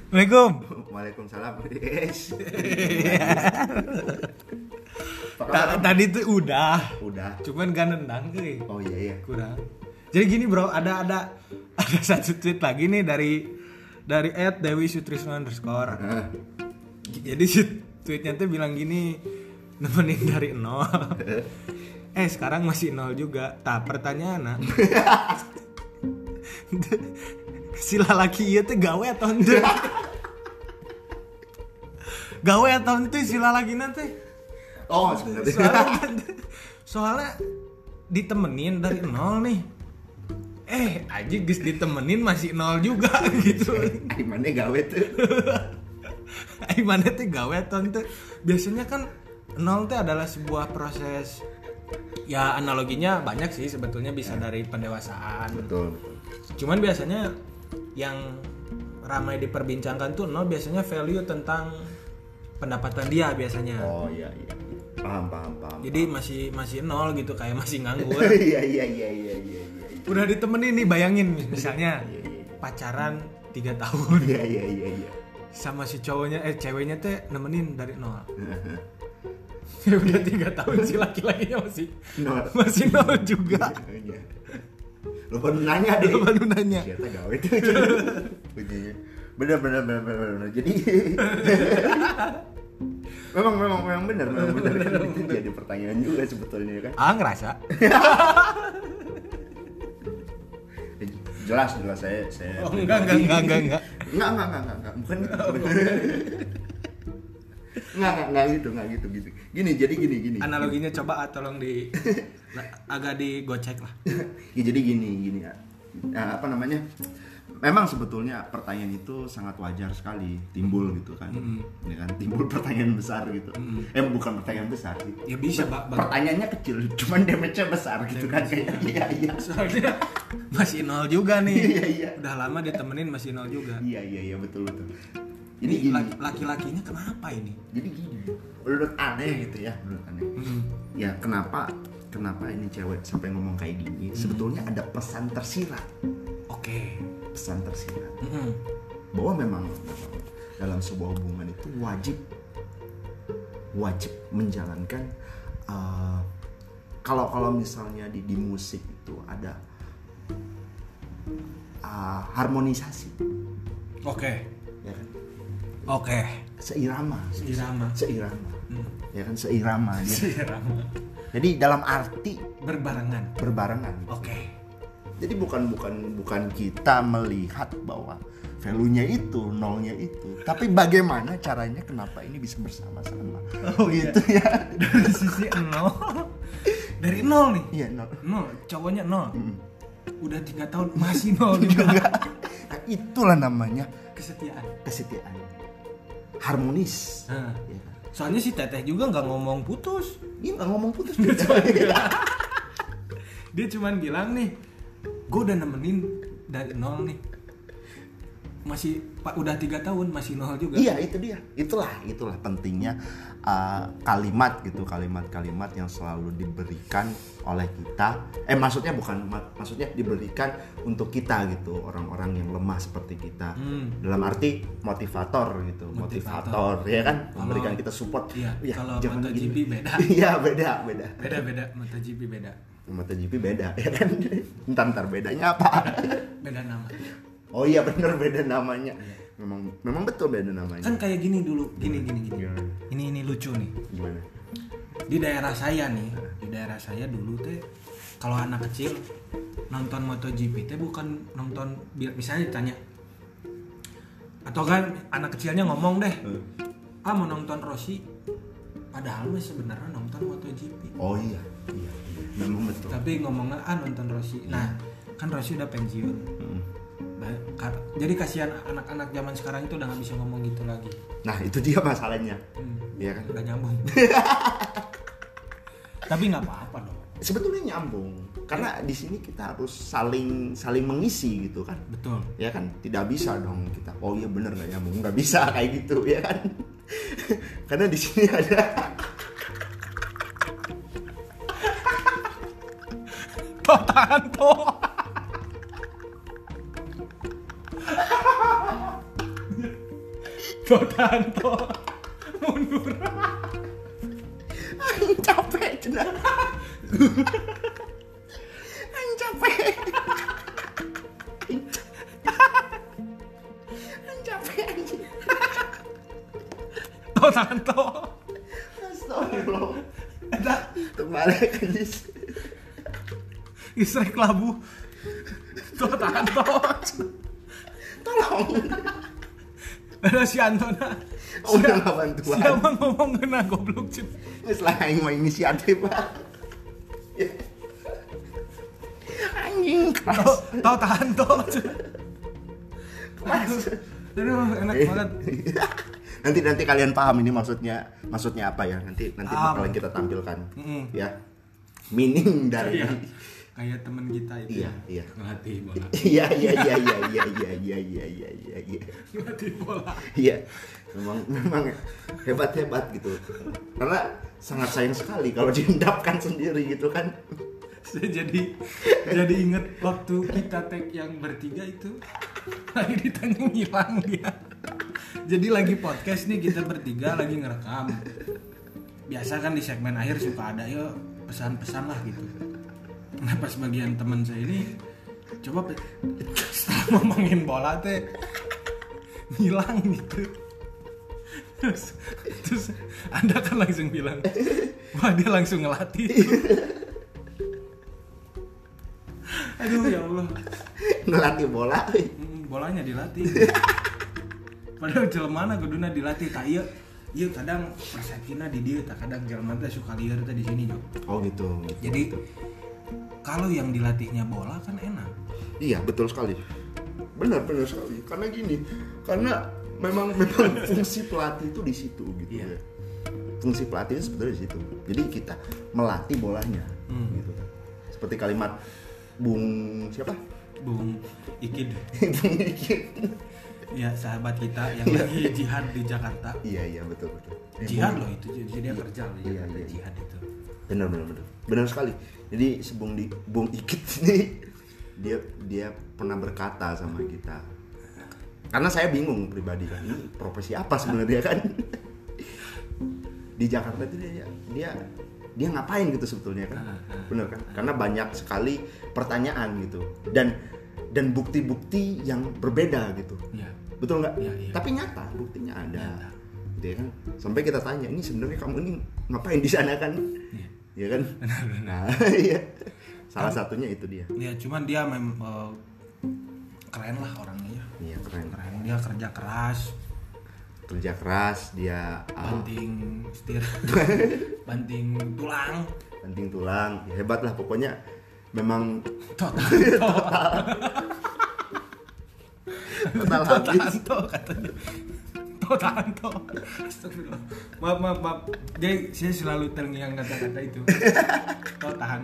Assalamualaikum. Waalaikumsalam. Yes. Tadi tuh udah. Cuman gak nendang euy. Oh iya. Kurang. Jadi gini bro, ada satu tweet lagi nih dari @dewisutrisno_. Jadi si tweetnya tuh bilang gini, nemenin dari 0. Sekarang masih 0 juga. Pertanyaan si lalaki ieu teh gawe atau henteu? Gawe atau henteu si lalakina teh? Oh, sebenarnya. Soalnya ditemenin dari 0 nih. Aja geus ditemenin masih 0 juga gitu. Ai mane gawe tuh. Ai mane teh gawe atau henteu? Biasanya kan 0 teh adalah sebuah proses. Ya analoginya banyak sih sebetulnya, bisa dari pendewasaan. Betul. Cuman biasanya yang ramai diperbincangkan tuh 0 biasanya value tentang pendapatan dia biasanya. Oh iya. Paham. Jadi masih 0 gitu, kayak masih nganggur. Iya. Udah ditemenin nih, bayangin misalnya pacaran 3 tahun. Iya. Sama si ceweknya teh nemenin dari 0. Ya udah 3 tahun si laki-lakinya masih 0 juga. Iya. Lu baru nanya deh. Siapa gawe tuh? Bener. Jadi memang benar. Itu jadi pertanyaan juga sebetulnya kan. Ngerasa. Jelas saya. Oh, enggak. Enggak. Bukan gitu. Enggak gitu. Gini. Analoginya coba tolong agak digocek lah. Ya jadi gini ya. Memang sebetulnya pertanyaan itu sangat wajar sekali timbul gitu kan. Ya kan, timbul pertanyaan besar gitu. Bukan pertanyaan besar sih. Ya bisa, pertanyaannya kecil, cuman damage-nya besar gitu kan kayak. Iya. Soalnya masih 0 juga nih. Iya. Udah lama ditemenin masih 0 juga. Iya, betul. Jadi gini, laki-lakinya kenapa ini? Jadi gini, menurut aneh gitu ya, Ya kenapa ini cewek sampai ngomong kayak gini? Sebetulnya ada pesan tersirat. Oke. Pesan tersirat. Bahwa memang dalam sebuah hubungan itu wajib menjalankan kalau misalnya di musik itu ada harmonisasi. Oke. Ya kan? Oke. Seirama. Ya kan, seirama. Jadi dalam arti berbarengan. Oke. Jadi bukan kita melihat bahwa value-nya itu, nolnya itu, tapi bagaimana caranya, kenapa ini bisa bersama-sama. Oh gitu ya. Dari sisi 0. Dari 0 nih. Iya, 0. Cowoknya 0. Udah 3 tahun masih 0 juga. Nah, itulah namanya kesetiaan. Harmonis. Ya. Soalnya si Teteh juga nggak ngomong putus. Iya, nggak ngomong putus. Dia cuman bilang nih, gue udah nemenin dari 0 nih, masih udah 3 tahun masih 0 juga. Iya, itu dia. Itulah pentingnya kalimat yang selalu diberikan oleh kita. Maksudnya diberikan untuk kita gitu, orang-orang yang lemah seperti kita. Dalam arti motivator gitu. Motivator ya kan, memberikan kita support. Iya, ya, kalau MotoGP beda. Iya, beda. Beda, MotoGP beda. MotoGP beda ya kan. Entar bedanya apa? Beda nama. Oh iya benar, beda namanya. Memang betul beda namanya. Kan kayak gini dulu, gini. Gimana? Ini lucu nih. Gimana? Di daerah saya dulu teh kalau anak kecil nonton MotoGP teh bukan nonton, misalnya ditanya, atau kan anak kecilnya ngomong deh, mau nonton Rossi, padahal mah sebenarnya nonton MotoGP. Oh iya. Memang betul. Tapi ngomongnya nonton Rossi. Nah, kan Rossi udah pensiun. Jadi kasihan anak-anak zaman sekarang itu udah nggak bisa ngomong gitu lagi. Nah itu dia masalahnya. Iya kan? Udah nyambung. Tapi nggak apa-apa dong. Sebetulnya nyambung, karena di sini kita harus saling mengisi gitu kan. Betul. Ya kan, tidak bisa dong kita. Oh iya bener nggak nyambung, nggak bisa kayak gitu ya kan. Karena di sini ada. Tahan toh. Toh tahan toh. Mundur. Aing capek cenah. Aing capek. Aing capek anjing. Toh tahan toh. Astagfirullah. Eta Terbalik anjing. isrek labu. Toh tahan toh. Tolong. Ada si Antona. Udah nggak bantuan. Siapa ngomong kena goblok cip. Setelah aing mah inisiatif Pak. Anjing keras. Toh tahan toh. Aduh, enak banget. Nanti kalian paham ini maksudnya apa ya? Nanti bakalan kita tampilkan. Ya. Meaning dari kayak temen kita itu. Iya. Ngelatih bola. Iya. Ngelatih bola. Iya. Memang hebat gitu. Karena sangat sayang sekali kalau diendapkan sendiri gitu kan. Saya jadi inget waktu kita tag yang bertiga itu lagi ditanya hilang dia. Jadi lagi podcast nih kita bertiga lagi ngerekam. Biasa kan di segmen akhir suka ada ya pesan-pesan lah gitu. Nah pas bagian teman saya ini coba setelah ngomongin bola teh hilang gitu. Terus Anda kan langsung bilang, wah dia langsung ngelatih. Aduh ya Allah. Ngelatih bola. Bolanya dilatih. Padahal jelema kuduna dilatih tak ieu kadang persepsina di dieu tak kadang jelema teh suka lieur teh di sini Jo. Oh gitu. Jadi kalau yang dilatihnya bola kan enak. Iya, betul sekali. Benar sekali. Karena gini, karena memang fungsi pelatih itu di situ gitu ya. Fungsi pelatih itu sebetulnya di situ. Jadi kita melatih bolanya gitu. Seperti kalimat Bung siapa? Bung Ikid. Ya sahabat kita yang lagi jihad di Jakarta. Iya betul. Jihad loh itu, jadi dia kerja loh iya. Jihad itu. Benar sekali. Jadi Bung Ikid ini dia pernah berkata sama kita. Karena saya bingung pribadi kan, ini profesi apa sebenarnya kan? Di Jakarta itu dia ngapain gitu sebetulnya kan? Benar kan? Karena banyak sekali pertanyaan gitu dan bukti-bukti yang berbeda gitu. Ya. Betul nggak? Ya. Tapi nyata buktinya ada. Dia kan sampai kita tanya ini sebenarnya kamu ini ngapain di sana kan? Ya kan? Benar. Nah, iya. Salah satunya itu dia. Ya cuman dia keren lah orangnya. Iya keren. Dia kerja keras, dia banting setir, banting tulang, ya, hebat lah pokoknya memang total habis. Katanya total. Astagfirullah. Maaf. Saya selalu terngiang kata-kata itu. Tahan.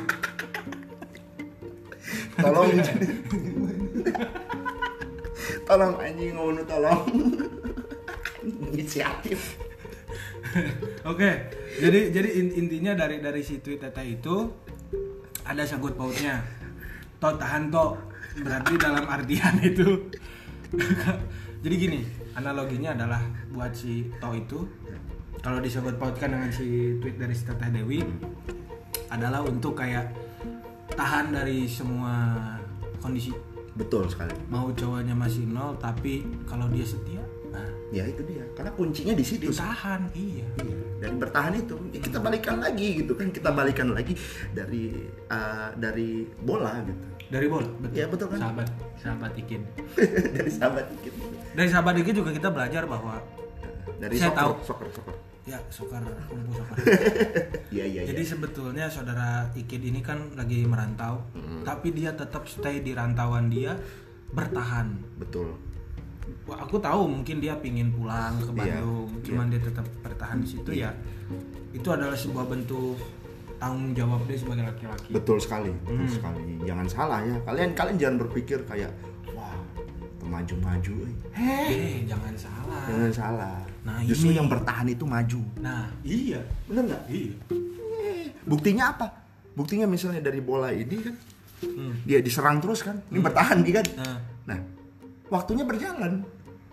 Tolong anjing ngono tolong. Inisiatif. Oke, jadi intinya dari si tweet Teta itu ada sangkut pautnya. Tahan berarti dalam artian itu. Jadi gini, analoginya adalah buat si To itu kalau disangkut pautkan dengan si tweet dari si Teteh Dewi adalah untuk kayak tahan dari semua kondisi. Betul sekali. Mau cowoknya masih 0 tapi kalau dia setia, nah ya itu dia. Karena kuncinya di situ. Ditahan, iya. Dan bertahan itu ya kita balikan lagi gitu kan. Kita balikan lagi dari bola gitu. Dari bola, betul. Ya betul kan? Sahabat Ikin. Dari sahabat Ikin. Dari sahabat Ikin juga kita belajar bahwa dari soccer. Ya, soccer. Iya. Jadi sebetulnya saudara Ikid ini kan lagi merantau, tapi dia tetap stay di rantauan dia, bertahan. Betul. Wah, aku tahu mungkin dia pingin pulang ke Bandung, cuman dia tetap bertahan di situ ya. Itu adalah sebuah bentuk tanggung jawab dia sebagai laki-laki. Betul sekali. Jangan salah ya. Kalian jangan berpikir kayak wah, maju-maju. Jangan salah. Jangan salah. Nah, justru ini yang bertahan itu maju. Nah, iya. Bener nggak? Iya. Buktinya apa? Buktinya misalnya dari bola ini kan, dia diserang terus kan, ini bertahan nih kan. Nah, waktunya berjalan.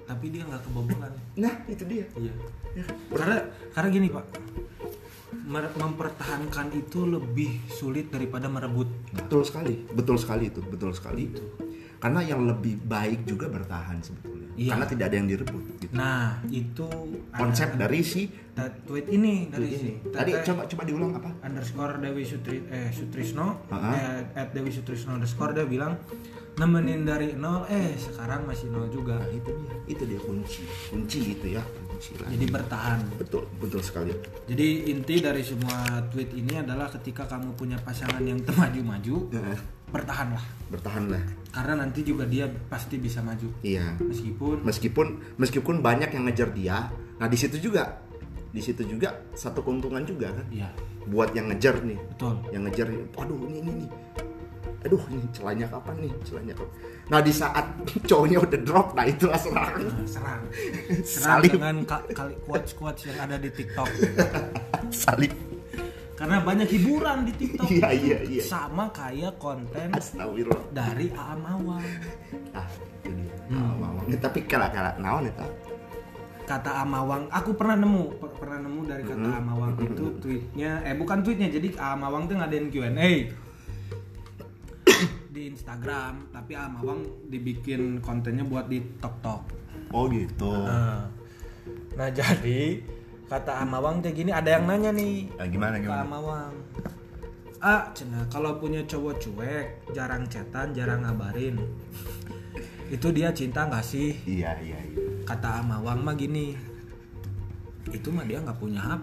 tapi dia nggak kebobolan. Nah itu dia. Iya. Karena gini Pak, mempertahankan itu lebih sulit daripada merebut. Betul sekali itu. Karena yang lebih baik juga bertahan sebetulnya. Iya. Karena tidak ada yang direbut. Gitu. Nah itu Konsep dari si tweet ini dari ini. si Tadi coba diulang apa? _ Dewi Sutrisno @Dewi Sutrisno _ dia bilang nemenin dari nol sekarang masih nol juga. Nah, itu dia kunci itu ya, kunci lagi. Jadi bertahan. Betul sekali. Jadi inti dari semua tweet ini adalah ketika kamu punya pasangan yang maju-maju, bertahanlah. Karena nanti juga dia pasti bisa maju. Iya. Meskipun banyak yang ngejar dia. Nah di situ juga satu keuntungan juga kan. Iya. Buat yang ngejar nih. Betul. Yang ngejar, aduh ini. Aduh ini celahnya kapan nih. Nah di saat cowoknya udah drop, nah itulah serang Salib. Dengan quotes yang ada di TikTok. Salib. Karena banyak hiburan di TikTok. Iya. Sama kayak konten Astagfirullah. dari Aam Awang. Itu dia. Aam Awang. Tapi kalau naon eta? Kata Aam Awang, aku pernah nemu dari kata Aam Awang itu tweetnya, bukan tweetnya, jadi Aam Awang tuh ngadain Q&A di Instagram, tapi Aam Awang dibikin kontennya buat di TikTok. Oh gitu. Nah jadi kata Aam Awang kayak gini, ada yang nanya nih. Gimana? Aam Awang. Cenah kalau punya cowok cuek, jarang chatan, jarang ngabarin. Itu dia cinta nggak sih? Iya. Kata Aam Awang mah gini, itu mah dia nggak punya HP.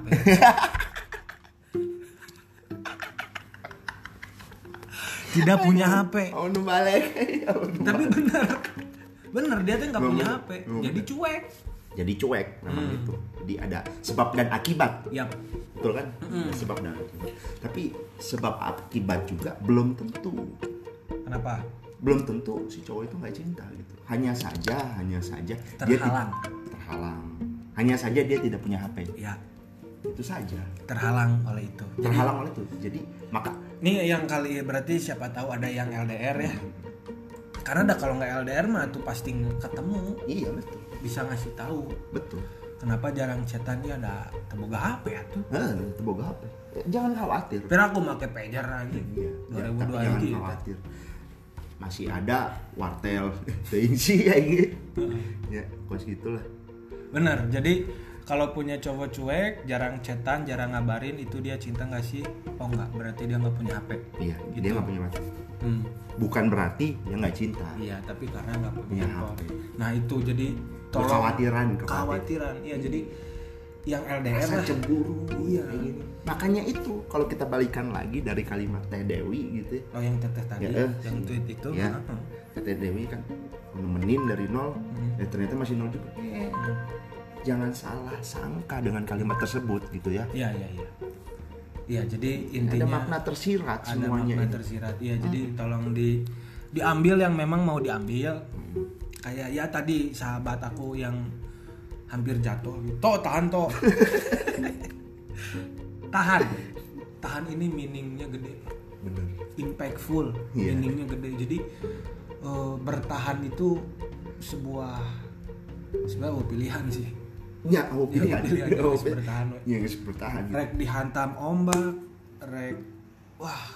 Tidak punya HP. Oh nu balik. Tapi bener dia tuh nggak punya HP. Jadi cuek memang itu. Jadi ada sebab dan akibat. Yap. Betul kan? Sebab dan akibat. Tapi sebab akibat juga belum tentu. Kenapa? Belum tentu si cowok itu nggak cinta gitu. Hanya saja terhalang. Hanya saja dia tidak punya HP. Ya. Itu saja. Terhalang oleh itu. Jadi maka ini yang kali berarti siapa tahu ada yang LDR ya. Karena kalau nggak LDR mah tuh pasti ketemu. Iya betul. Bisa ngasih tahu. Betul. Kenapa jarang chatan dia ada teboga HP ya tuh? Teboga HP. Jangan khawatir. Tapi aku pakai pager lagi. Iya. 2002 jangan lagi. Khawatir. Masih ada wartel, teinsi kayak gitu. Ya, kos gitulah. Bener. Jadi kalau punya cowok cuek, jarang chatan, jarang ngabarin, itu dia cinta nggak sih? Oh nggak, berarti dia nggak punya HP. Iya, gitu. Dia nggak punya HP. Bukan berarti dia nggak cinta. Iya, tapi karena nggak punya HP. Nah itu jadi kekhawatiran. Iya, jadi yang LDR rasa lah. cemburu. Iya. Gitu. Makanya itu kalau kita balikan lagi dari kalimat Teh Dewi gitu. Oh yang teteh tadi, yang tweet itu. Ya. Teh Dewi kan nemenin dari nol, ternyata masih nol juga. Jangan salah sangka dengan kalimat tersebut gitu ya. Iya. Iya, jadi intinya ada makna tersirat semuanya. Ada makna tersirat. Iya, jadi tolong diambil yang memang mau diambil. Kayak ya tadi sahabat aku yang hampir jatuh gitu. Tahan. Tahan ini meaningnya gede. Bener. Impactful, meaningnya gede. Jadi bertahan itu sebuah pilihan sih. Ya, pilihan. Bertahan. Ya, bertahan. Rek dihantam ombak, wah.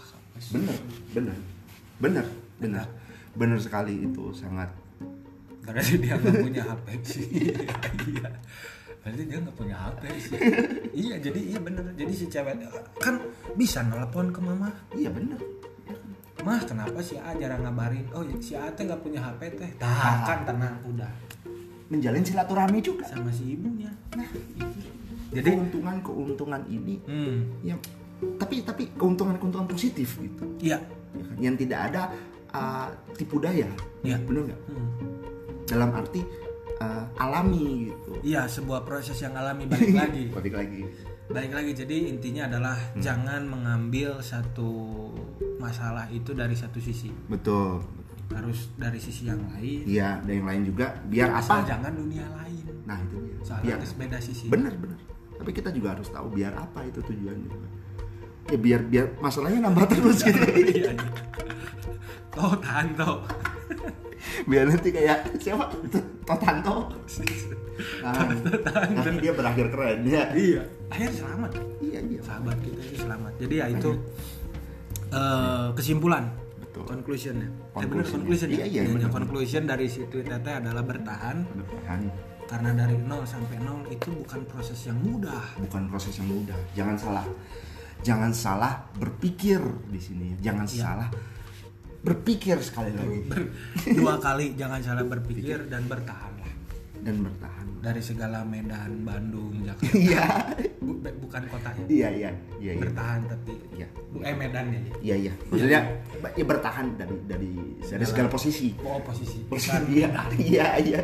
Bener sekali itu sangat. Berarti dia nggak punya HP sih. Iya. Berarti dia nggak punya HP sih. Iya, jadi iya bener. Jadi si cewek kan bisa nelpon ke mama. Iya bener. Mah kenapa si A jarang ngabarin? Oh si A teh nggak punya HP teh. Kan tenang udah. Menjalin silaturahmi juga sama si ibunya. Nah, jadi keuntungan ini ya tapi keuntungan positif gitu. Iya. Yang tidak ada tipu daya. Iya. Benar nggak? Dalam arti alami gitu. Iya, sebuah proses yang alami. Balik lagi. Jadi intinya adalah jangan mengambil satu masalah itu dari satu sisi. Betul. Harus dari sisi yang lain. Iya, dari yang lain juga. Biar asal jangan dunia lain. Nah itu dia. Soalnya harus beda sisi. Bener. Tapi kita juga harus tahu biar apa itu tujuannya. Ya biar masalahnya nambah terus gitu. Iya. Tahan. Biar nanti kayak siapa Totanto. Nah, tapi dia berakhir keren ya. Iya, akhirnya selamat. Iya. Sahabat kita itu selamat. Jadi ya itu kesimpulan. Betul. Conclusionnya. Benar Conclusion. conclusion ya. Iya, benar. Conclusion dari si tweet teteh adalah bertahan. Karena dari 0 sampai 0 itu bukan proses yang mudah. Bukan proses yang mudah. Jangan salah berpikir di sini. Jangan salah berpikir sekali lagi. 2 kali jangan salah berpikir dan bertahanlah. Dan bertahan Dari segala Medan, Bandung, Jakarta. Iya. Bukan kotanya. Iya. Bertahan tapi Iya. Medan ya. Iya. Maksudnya ya bertahan dari segala posisi. Oh, posisi. Iya.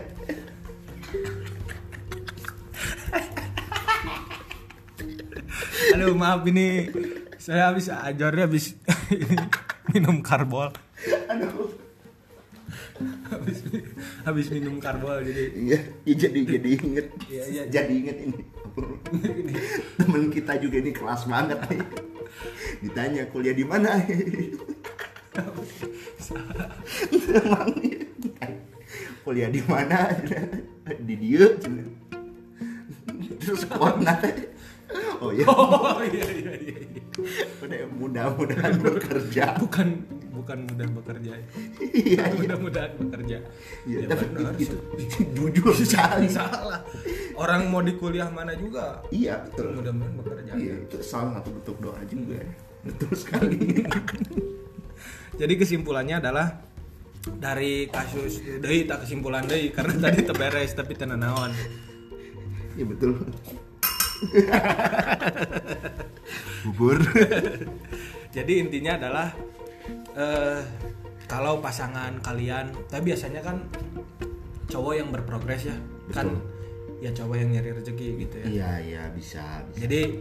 Aduh, maaf ini saya habis minum karbol. Aduh. Habis minum karbol jadi Iya, jadi inget. Iya. Jadi inget ini. Temen kita juga ini kelas banget nih. Ditanya kuliah di mana? Emang kuliah di mana? Di dia. Terus corona. Oh iya. Udah mudah-mudahan bekerja. Bukan mudah bekerja. Iya. Mudah-mudahan bekerja. Iya, Ya, tapi benar. itu jujur sekali. Salah. Orang mau di kuliah mana juga. Iya, betul. Mudah-mudahan bekerja. Iya, itu salah satu bentuk doa juga. Betul sekali. Jadi kesimpulannya adalah dari kasus deui tak kesimpulan deui karena tadi teberes tapi teu naon. Iya betul. Bubur. Jadi intinya adalah kalau pasangan kalian, tapi biasanya kan cowok yang berprogres ya, kan ya cowok yang nyari rezeki gitu ya. Iya bisa. Jadi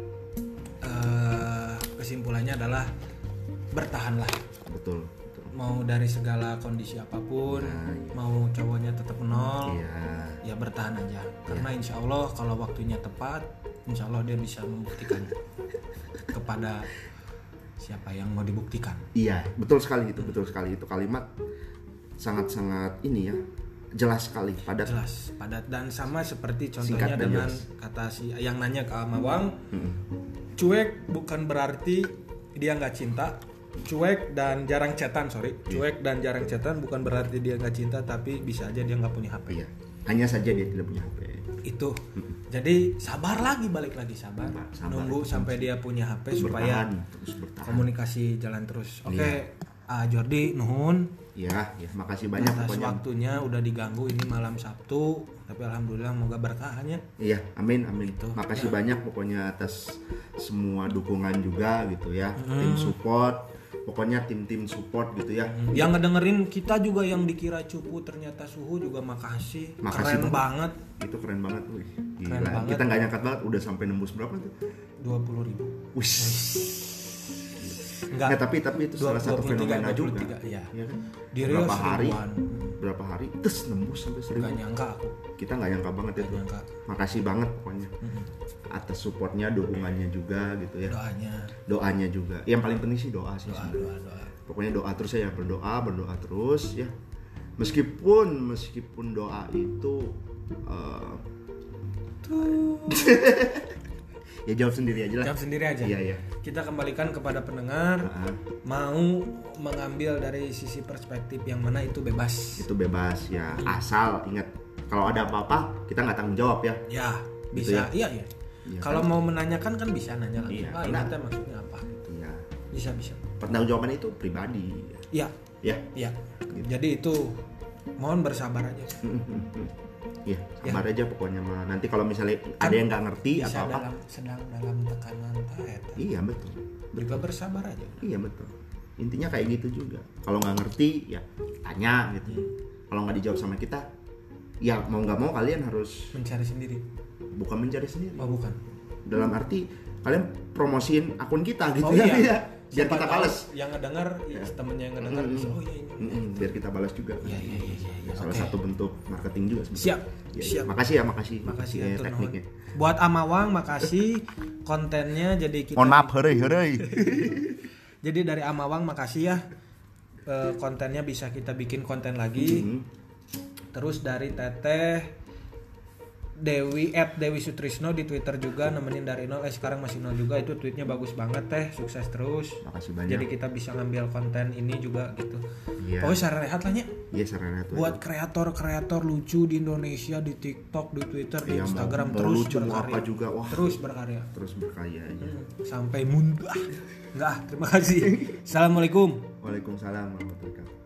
kesimpulannya adalah bertahanlah. Betul. Mau dari segala kondisi apapun, mau cowoknya tetap nol, ya bertahan aja. Karena insya Allah kalau waktunya tepat, insya Allah dia bisa membuktikan kepada siapa yang mau dibuktikan. Iya, betul sekali itu kalimat sangat-sangat ini ya, jelas sekali, padat. Jelas, padat dan sama seperti Singkat contohnya dan dengan jelas. kata si yang nanya ke Amawang, cuek bukan berarti dia nggak cinta. Cuek dan jarang chatan, cuek dan jarang chatan bukan berarti dia nggak cinta, tapi bisa aja dia nggak punya HP. Iya, hanya saja dia tidak punya HP. Itu. Jadi balik lagi sabar. Nunggu sampai dia punya HP supaya terus bertahan. komunikasi jalan terus. Oke, Jordi nuhun. Ya, makasih banyak atas pokoknya. waktunya udah diganggu ini malam Sabtu, tapi alhamdulillah moga berkahnya. Iya, amin. Gitu. Makasih banyak pokoknya atas semua dukungan juga gitu ya. Tim support, pokoknya tim support gitu ya. Yang ngedengerin kita juga yang dikira cupu ternyata suhu juga makasih keren banget. Itu keren banget, wih. Gila. Keren banget. Kita nggak nyangka banget udah sampai nembus berapa tuh? 20.000. Wih. Enggak, tapi itu salah satu fenomena juga. Ya. Ya kan? Di Rio Berapa hari terus nembus sampai 1.000. Gak nyangka aku. Kita nggak nyangka banget itu. Makasih banget pokoknya. Atas supportnya, dukungannya juga gitu ya. Doanya juga. Yang paling penting sih doa sih. Doa. Pokoknya doa terus ya, berdoa terus ya. Meskipun doa itu ya jawab sendiri aja lah. Jawab sendiri aja. Iya. Kita kembalikan kepada pendengar. Mau mengambil dari sisi perspektif yang mana itu bebas. Itu bebas ya. Asal ingat kalau ada apa-apa kita nggak tanggung jawab ya. Ya, bisa. Gitu ya? Iya. Kalau kan mau menanyakan kan bisa nanya lagi. Iya, ini teh maksudnya apa? Iya. Bisa. Pertanggungjawaban itu pribadi. Iya. Gitu. Jadi itu mohon bersabar aja. Iya, sabar aja pokoknya mah. Nanti kalau misalnya ada yang nggak ngerti atau apa, sedang dalam tekanan eta. Iya betul. Juga bersabar aja. Iya betul. Intinya kayak gitu juga. Kalau nggak ngerti ya tanya gitu. Kalau nggak dijawab sama kita, ya mau nggak mau kalian harus mencari sendiri. Bukan mencari sendiri. Oh bukan. Dalam arti kalian promosiin akun kita gitu Iya. Biar kita balas. Yang ngedengar, temennya yang ngedengar bisa. Oh iya ini. Biar kita balas juga. Iya. Salah satu bentuk marketing juga sebenarnya. Siap. Makasih ya. Makasih ya tekniknya. Buat Amawang makasih kontennya jadi kita. Mohon maaf, heureui. Jadi dari Amawang makasih ya. Kontennya bisa kita bikin konten lagi. Terus dari Teteh Dewi @Dewi Sutrisno di Twitter juga nemenin dari nol. Sekarang masih nol juga, itu tweetnya bagus banget Teh, sukses terus. Makasih banyak. Jadi kita bisa ngambil konten ini juga gitu. Iya. Pokoknya secara rehat lah nya. Iya, secara itu. Buat kreator-kreator lucu di Indonesia, di TikTok, di Twitter, di Iya, Instagram mau terus lucu, mau berkarya. apa juga, wah. Terus berkarya. Terus berkarya aja. Sampai muntah. Enggak, terima kasih. Assalamualaikum. Waalaikumsalam warahmatullahi wabarakatuh.